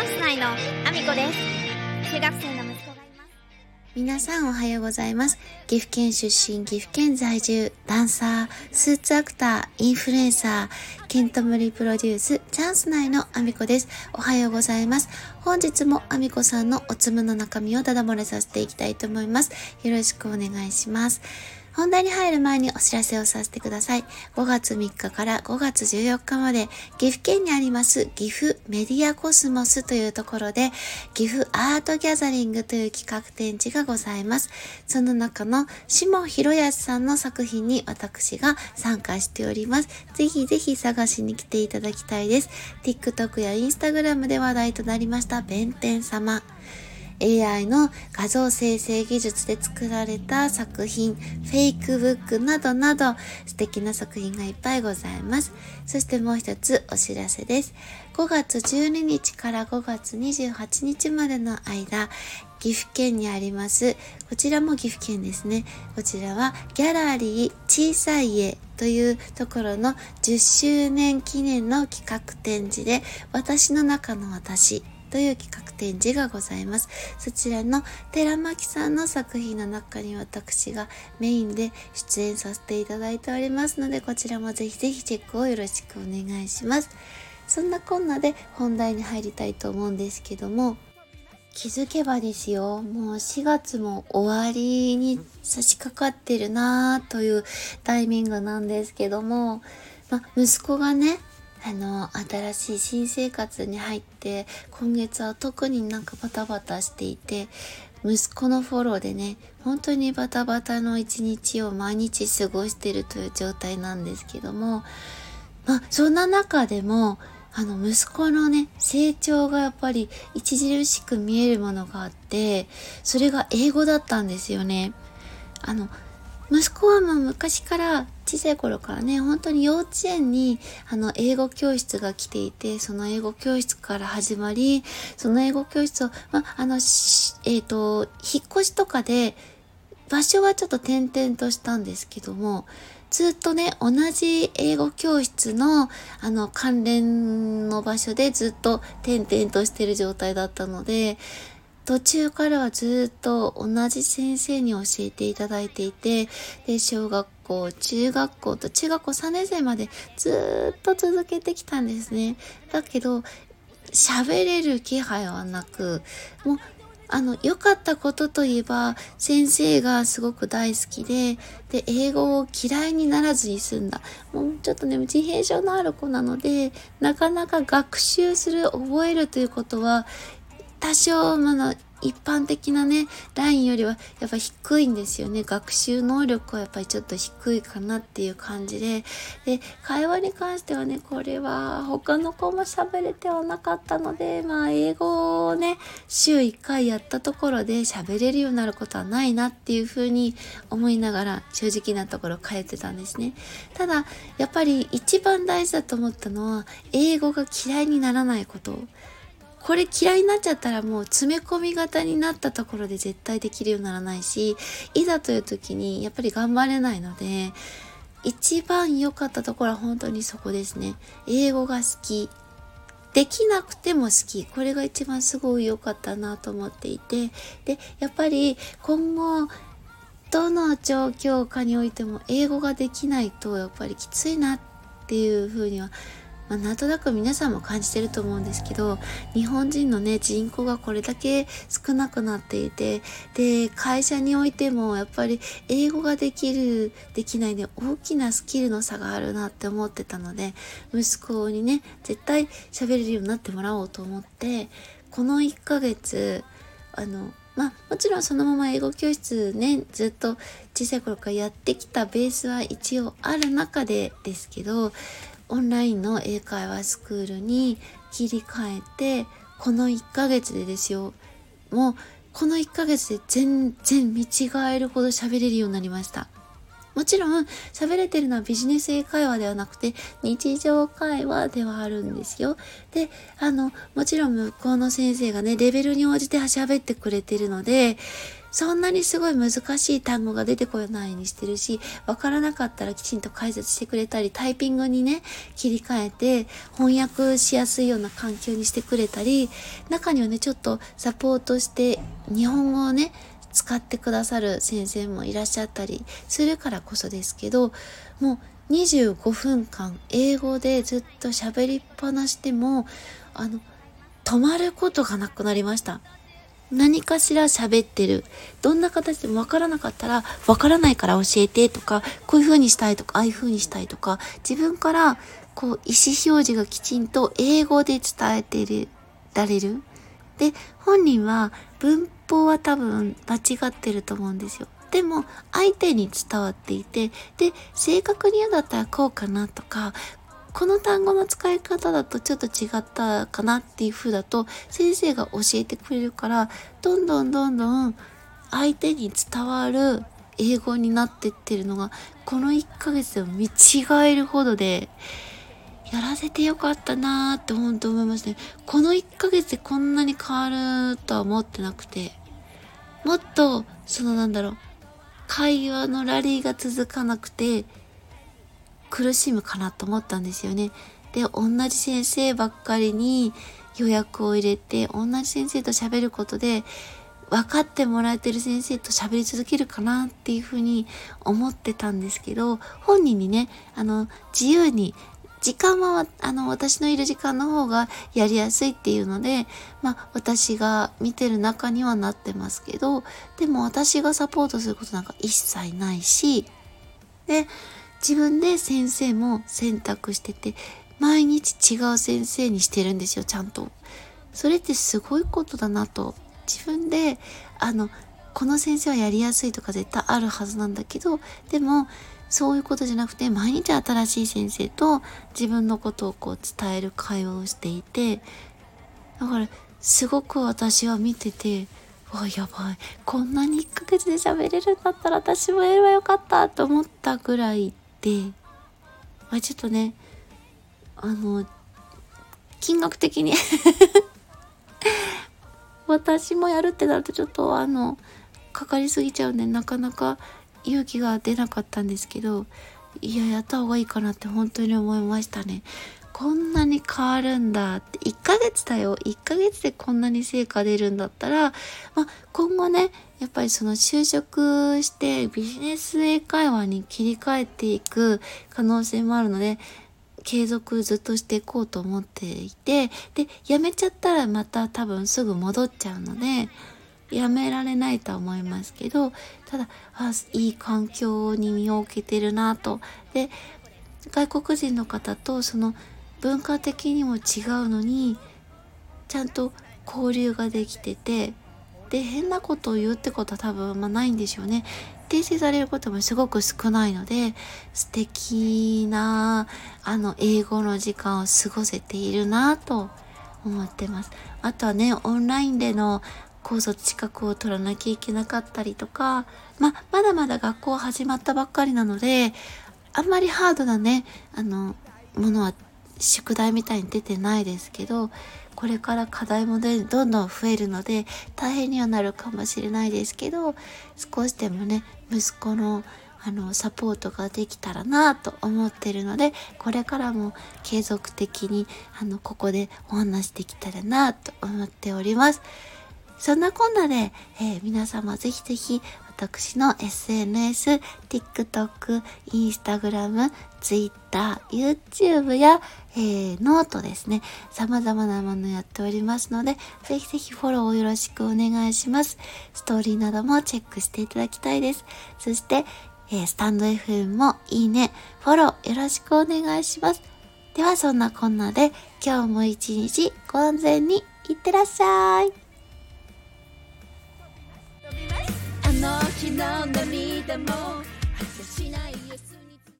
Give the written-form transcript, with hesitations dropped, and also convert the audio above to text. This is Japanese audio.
ャンス内のアミコです。中学生の息子がいます。 皆さんおはようございます。岐阜県出身、岐阜県在住、ダンサー、スーツアクター、インフルエンサー、ケントムリプロデュース、チャンス内のアミコです。おはようございます。本日もアミコさんのおつむの中身をダダ漏れさせていきたいと思います。よろしくお願いします。本題に入る前にお知らせをさせてください。5月3日から5月14日まで岐阜県にあります岐阜メディアコスモスというところで岐阜アートギャザリングという企画展示がございます。その中の下博康さんの作品に私が参加しております。ぜひぜひ探しに来ていただきたいです。TikTok や Instagram で話題となりました弁天様。AI の画像生成技術で作られた作品、フェイクブックなどなど素敵な作品がいっぱいございます。そしてもう一つお知らせです。5月12日から5月28日までの間、岐阜県にあります、こちらも岐阜県ですね。こちらはギャラリー小さい絵というところの10周年記念の企画展示で、私の中の私という企画展示がございます。そちらの寺巻さんの作品の中に私がメインで出演させていただいておりますので、こちらもぜひぜひチェックをよろしくお願いします。そんなこんなで本題に入りたいと思うんですけども、気づけばですよ、もう4月も終わりに差し掛かってるなというタイミングなんですけども、息子がね、新しい新生活に入って今月は特にバタバタしていて、息子のフォローでね、本当にバタバタの一日を毎日過ごしているという状態なんですけども、そんな中でも息子のね、成長がやっぱり著しく見えるものがあって、それが英語だったんですよね。息子はもう昔から小さい頃からね、本当に幼稚園に英語教室が来ていて、その英語教室から始まり、その英語教室を引っ越しとかで場所はちょっと転々としたんですけども、ずっとね、同じ英語教室の関連の場所でずっと転々としている状態だったので、途中からはずっと同じ先生に教えていただいていて、で、小学校、中学校と中学校3年生までずっと続けてきたんですね。だけど、喋れる気配はなく、もう、良かったことといえば、先生がすごく大好きで、英語を嫌いにならずに済んだ。もうちょっとね、自閉症のある子なので、なかなか学習する、覚えるということは、多少一般的なねラインよりはやっぱ低いんですよね。学習能力はやっぱりちょっと低いかなっていう感じで、会話に関してはね、これは他の子も喋れてはなかったので、英語をね週1回やったところで喋れるようになることはないなっていうふうに思いながら正直なところ通ってたんですね。ただやっぱり一番大事だと思ったのは、英語が嫌いにならないこと。これ嫌いになっちゃったらもう詰め込み型になったところで絶対できるようにならないし、いざという時にやっぱり頑張れないので、一番良かったところは本当にそこですね。英語が好き。できなくても好き。これが一番すごい良かったなと思っていて、で、やっぱり今後、どの状況下においても英語ができないとやっぱりきついなっていうふうにはなんとなく皆さんも感じてると思うんですけど、日本人のね人口がこれだけ少なくなっていて、で会社においてもやっぱり英語ができるできないで大きなスキルの差があるなって思ってたので、息子にね絶対喋れるようになってもらおうと思って、この1ヶ月もちろんそのまま英語教室ねずっと小さい頃からやってきたベースは一応ある中でですけど、オンラインの英会話スクールに切り替えて、この1ヶ月でですよ、もうこの1ヶ月で全然見違えるほど喋れるようになりました。 もちろん喋れてるのはビジネス英会話ではなくて日常会話ではあるんですよ。で、もちろん向こうの先生がね、レベルに応じて喋ってくれてるので、そんなにすごい難しい単語が出てこないようにしてるし、わからなかったらきちんと解説してくれたり、タイピングにね、切り替えて翻訳しやすいような環境にしてくれたり、中にはね、ちょっとサポートして日本語をね、使ってくださる先生もいらっしゃったりするからこそですけど、もう25分間英語でずっと喋りっぱなしでも止まることがなくなりました。何かしら喋ってる。どんな形でもわからなかったら、わからないから教えてとか、こういう風にしたいとか、ああいう風にしたいとか、自分からこう意思表示がきちんと英語で伝えてられる。で、本人は文法は多分間違ってると思うんですよ。でも相手に伝わっていて、で、正確に言うんだったらこうかなとか、この単語の使い方だとちょっと違ったかなっていう風だと先生が教えてくれるから、どんどん相手に伝わる英語になってってるのがこの1ヶ月でも見違えるほどで、やらせてよかったなーって本当思いますね。この1ヶ月でこんなに変わるとは思ってなくて、もっと会話のラリーが続かなくて苦しむかなと思ったんですよね。で、同じ先生ばっかりに予約を入れて、同じ先生と喋ることで分かってもらえてる先生と喋り続けるかなっていうふうに思ってたんですけど、本人にね、自由に時間は私のいる時間の方がやりやすいっていうので、私が見てる中にはなってますけど、でも私がサポートすることなんか一切ないし、で、自分で先生も選択してて、毎日違う先生にしてるんですよ、ちゃんと。それってすごいことだなと。自分で、この先生はやりやすいとか絶対あるはずなんだけど、でも、そういうことじゃなくて、毎日新しい先生と自分のことをこう伝える会話をしていて、だから、すごく私は見てて、やばい。こんなに1ヶ月で喋れるんだったら私もやればよかったと思ったぐらいで、ちょっとね、金額的に私もやるってなるとちょっとかかりすぎちゃうんで、なかなか勇気が出なかったんですけど、やった方がいいかなって本当に思いましたね。こんなに変わるんだって、1ヶ月だよ。1ヶ月でこんなに成果出るんだったら、今後ね、やっぱりその就職してビジネス英会話に切り替えていく可能性もあるので、継続ずっとしていこうと思っていて、で、やめちゃったらまた多分すぐ戻っちゃうので、やめられないとは思いますけど、ただ、いい環境に身を置けてるなと。で、外国人の方とその文化的にも違うのに、ちゃんと交流ができてて、で、変なことを言うってことは多分ないんでしょうね。訂正されることもすごく少ないので、素敵な英語の時間を過ごせているなと思ってます。あとはね、オンラインでの高卒資格を取らなきゃいけなかったりとか、まだまだ学校始まったばっかりなので、あんまりハードなね、ものは宿題みたいに出てないですけど、これから課題もどんどん増えるので大変にはなるかもしれないですけど、少しでもね、息子のサポートができたらなと思ってるので、これからも継続的にここでお話できたらなと思っております。そんなこんなで、皆様ぜひぜひ私の SNS、TikTok、Instagram、Twitter、YouTube や、ノートですね。様々なものやっておりますので、ぜひぜひフォローをよろしくお願いします。ストーリーなどもチェックしていただきたいです。そして、スタンド FM もいいね、フォローよろしくお願いします。ではそんなこんなで、今日も一日ご安全にいってらっしゃい。 あの日の涙も果てしない